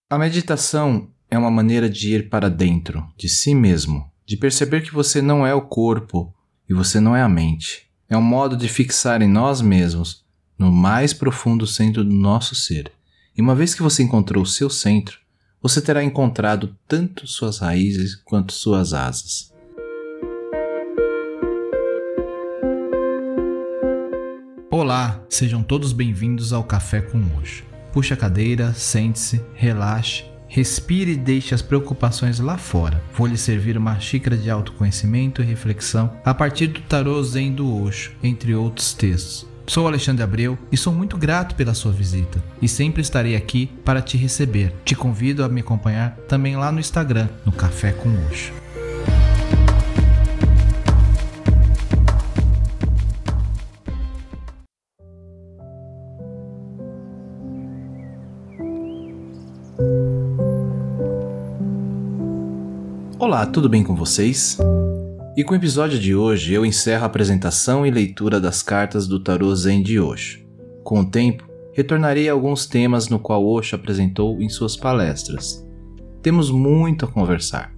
A meditação é uma maneira de ir para dentro de si mesmo, de perceber que você não é o corpo e você não é a mente. É um modo de fixar em nós mesmos, no mais profundo centro do nosso ser. E uma vez que você encontrou o seu centro, você terá encontrado tanto suas raízes quanto suas asas. Olá, sejam todos bem-vindos ao Café com Osho. Puxe a cadeira, sente-se, relaxe, respire e deixe as preocupações lá fora. Vou lhe servir uma xícara de autoconhecimento e reflexão a partir do Tarô Zen do Osho, entre outros textos. Sou Alexandre Abreu e sou muito grato pela sua visita e sempre estarei aqui para te receber. Te convido a me acompanhar também lá no Instagram, no Café com Osho. Olá, tudo bem com vocês? E com o episódio de hoje eu encerro a apresentação e leitura das cartas do Tarô Zen de Osho. Com o tempo, retornarei a alguns temas no qual Osho apresentou em suas palestras. Temos muito a conversar.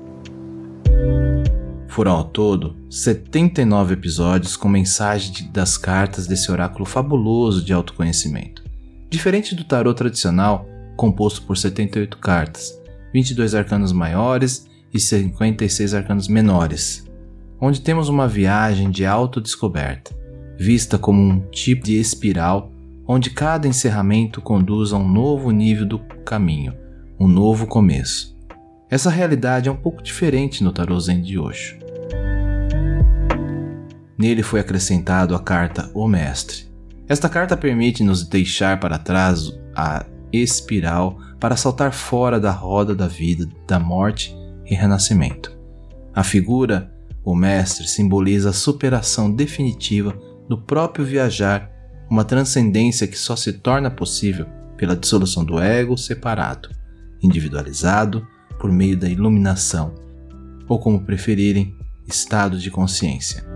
Foram ao todo 79 episódios com mensagem das cartas desse oráculo fabuloso de autoconhecimento. Diferente do tarô tradicional, composto por 78 cartas, 22 arcanos maiores e 56 arcanos menores, onde temos uma viagem de autodescoberta, vista como um tipo de espiral onde cada encerramento conduz a um novo nível do caminho, um novo começo. Essa realidade é um pouco diferente no Tarô Zen de Osho. Nele foi acrescentado a carta O Mestre. Esta carta permite nos deixar para trás a espiral para saltar fora da roda da vida, da morte e renascimento. A figura, o mestre, simboliza a superação definitiva do próprio viajar, uma transcendência que só se torna possível pela dissolução do ego separado, individualizado por meio da iluminação, ou como preferirem, estado de consciência.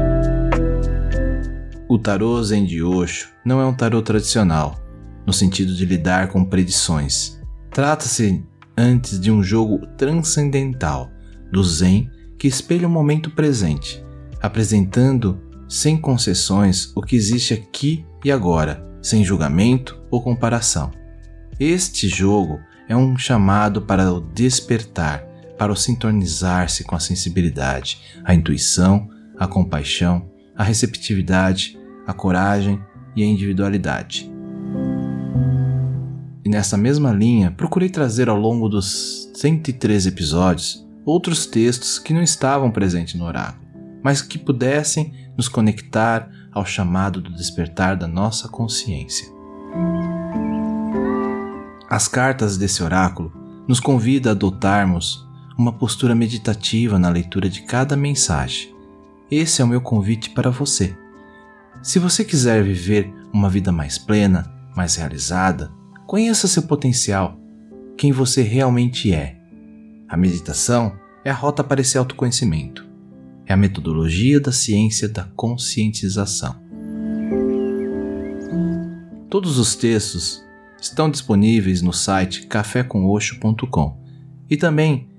O Tarô Zen de Osho não é um tarô tradicional, no sentido de lidar com predições. Trata-se antes de um jogo transcendental do Zen que espelha o momento presente, apresentando sem concessões o que existe aqui e agora, sem julgamento ou comparação. Este jogo é um chamado para o despertar, para o sintonizar-se com a sensibilidade, a intuição, a compaixão, a receptividade, a coragem e a individualidade. E nessa mesma linha, procurei trazer ao longo dos 113 episódios outros textos que não estavam presentes no oráculo, mas que pudessem nos conectar ao chamado do despertar da nossa consciência. As cartas desse oráculo nos convidam a adotarmos uma postura meditativa na leitura de cada mensagem. Esse é o meu convite para você. Se você quiser viver uma vida mais plena, mais realizada, conheça seu potencial, quem você realmente é. A meditação é a rota para esse autoconhecimento. É a metodologia da ciência da conscientização. Todos os textos estão disponíveis no site cafécomosho.com e também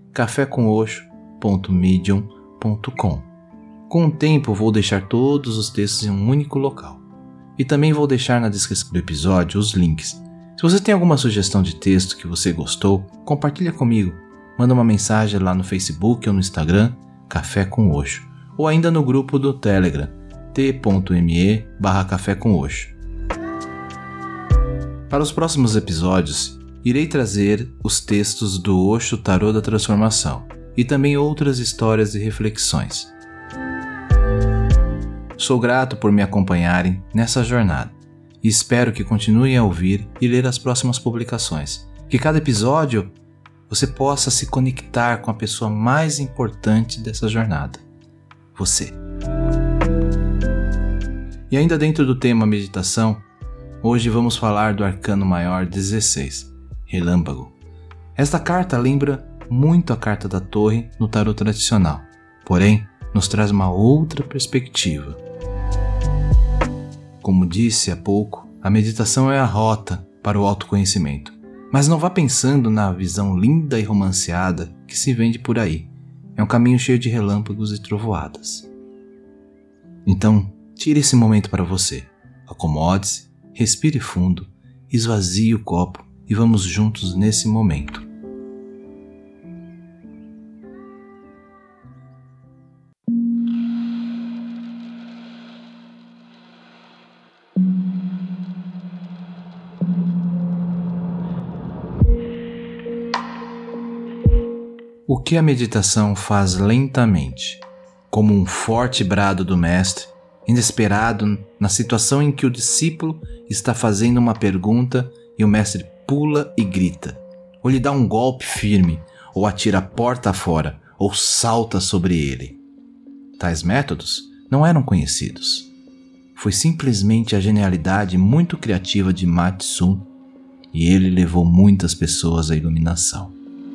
cafécomosho.medium.com. Com o tempo vou deixar todos os textos em um único local. E também vou deixar na descrição do episódio os links. Se você tem alguma sugestão de texto que você gostou, compartilha comigo. Manda uma mensagem lá no Facebook ou no Instagram, Café com Osho, ou ainda no grupo do Telegram, t.me/Café com Osho. Para os próximos episódios, irei trazer os textos do Osho Tarô da Transformação e também outras histórias e reflexões. Sou grato por me acompanharem nessa jornada. E espero que continuem a ouvir e ler as próximas publicações. Que cada episódio você possa se conectar com a pessoa mais importante dessa jornada. Você. E ainda dentro do tema meditação, hoje vamos falar do Arcano Maior 16, Relâmpago. Esta carta lembra muito a carta da Torre no tarô tradicional, porém nos traz uma outra perspectiva. Como disse há pouco, a meditação é a rota para o autoconhecimento. Mas não vá pensando na visão linda e romanceada que se vende por aí. É um caminho cheio de relâmpagos e trovoadas. Então, tire esse momento para você. Acomode-se, respire fundo, esvazie o copo e vamos juntos nesse momento. O que a meditação faz lentamente, como um forte brado do mestre, inesperado na situação em que o discípulo está fazendo uma pergunta e o mestre pula e grita, ou lhe dá um golpe firme, ou atira a porta fora, ou salta sobre ele. Tais métodos não eram conhecidos. Foi simplesmente a genialidade muito criativa de Mat-Sum, e ele levou muitas pessoas à iluminação.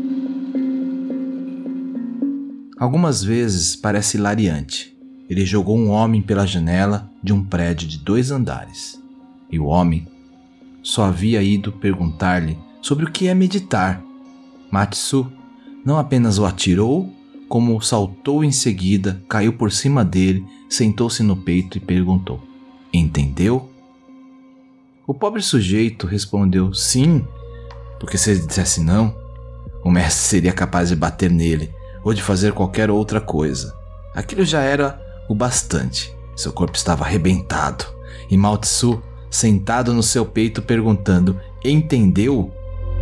Algumas vezes parece hilariante. Ele jogou um homem pela janela de um prédio de 2 andares. E o homem só havia ido perguntar-lhe sobre o que é meditar. Mat-Sum não apenas o atirou, como saltou em seguida, caiu por cima dele, sentou-se no peito e perguntou: "Entendeu?" O pobre sujeito respondeu: "Sim", porque se ele dissesse não, o mestre seria capaz de bater nele ou de fazer qualquer outra coisa. Aquilo já era o bastante. Seu corpo estava arrebentado e Mat-Sum, sentado no seu peito, perguntando: "Entendeu?"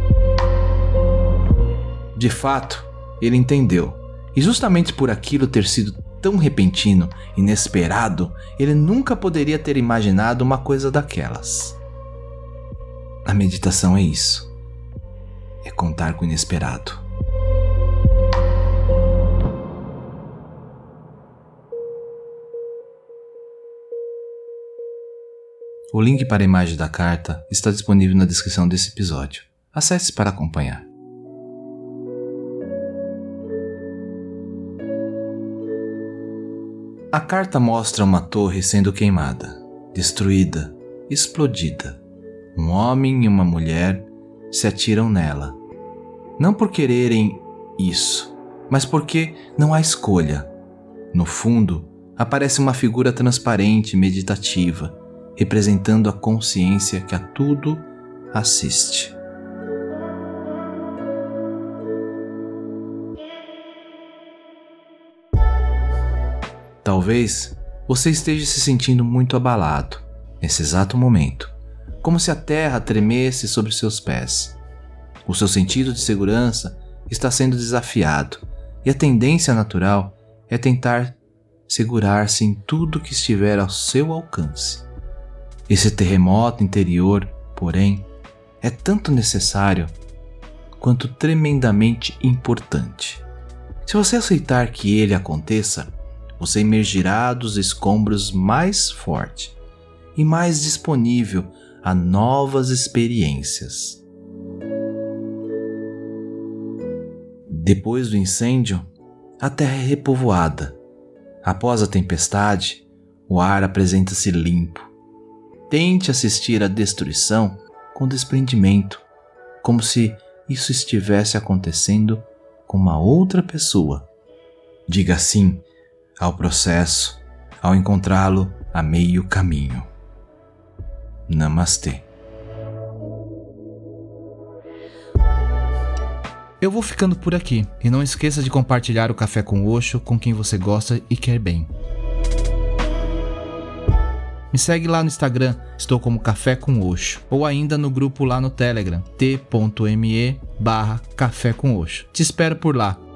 De fato, ele entendeu. E justamente por aquilo ter sido tão repentino, inesperado, ele nunca poderia ter imaginado uma coisa daquelas. A meditação é isso. É contar com o inesperado. O link para a imagem da carta está disponível na descrição desse episódio. Acesse para acompanhar. A carta mostra uma torre sendo queimada, destruída, explodida. Um homem e uma mulher se atiram nela. Não por quererem isso, mas porque não há escolha. No fundo, aparece uma figura transparente e meditativa, representando a consciência que a tudo assiste. Talvez você esteja se sentindo muito abalado nesse exato momento, como se a terra tremesse sobre seus pés. O seu sentido de segurança está sendo desafiado e a tendência natural é tentar segurar-se em tudo que estiver ao seu alcance. Esse terremoto interior, porém, é tanto necessário quanto tremendamente importante. Se você aceitar que ele aconteça, você emergirá dos escombros mais forte e mais disponível a novas experiências. Depois do incêndio, a terra é repovoada. Após a tempestade, o ar apresenta-se limpo. Tente assistir à destruição com desprendimento, como se isso estivesse acontecendo com uma outra pessoa. Diga sim ao processo ao encontrá-lo a meio caminho. Namastê. Eu vou ficando por aqui e não esqueça de compartilhar o Café com Osho com quem você gosta e quer bem. Me segue lá no Instagram, estou como Café com Osho, ou ainda no grupo lá no Telegram, t.me/Café com Osho. Te espero por lá.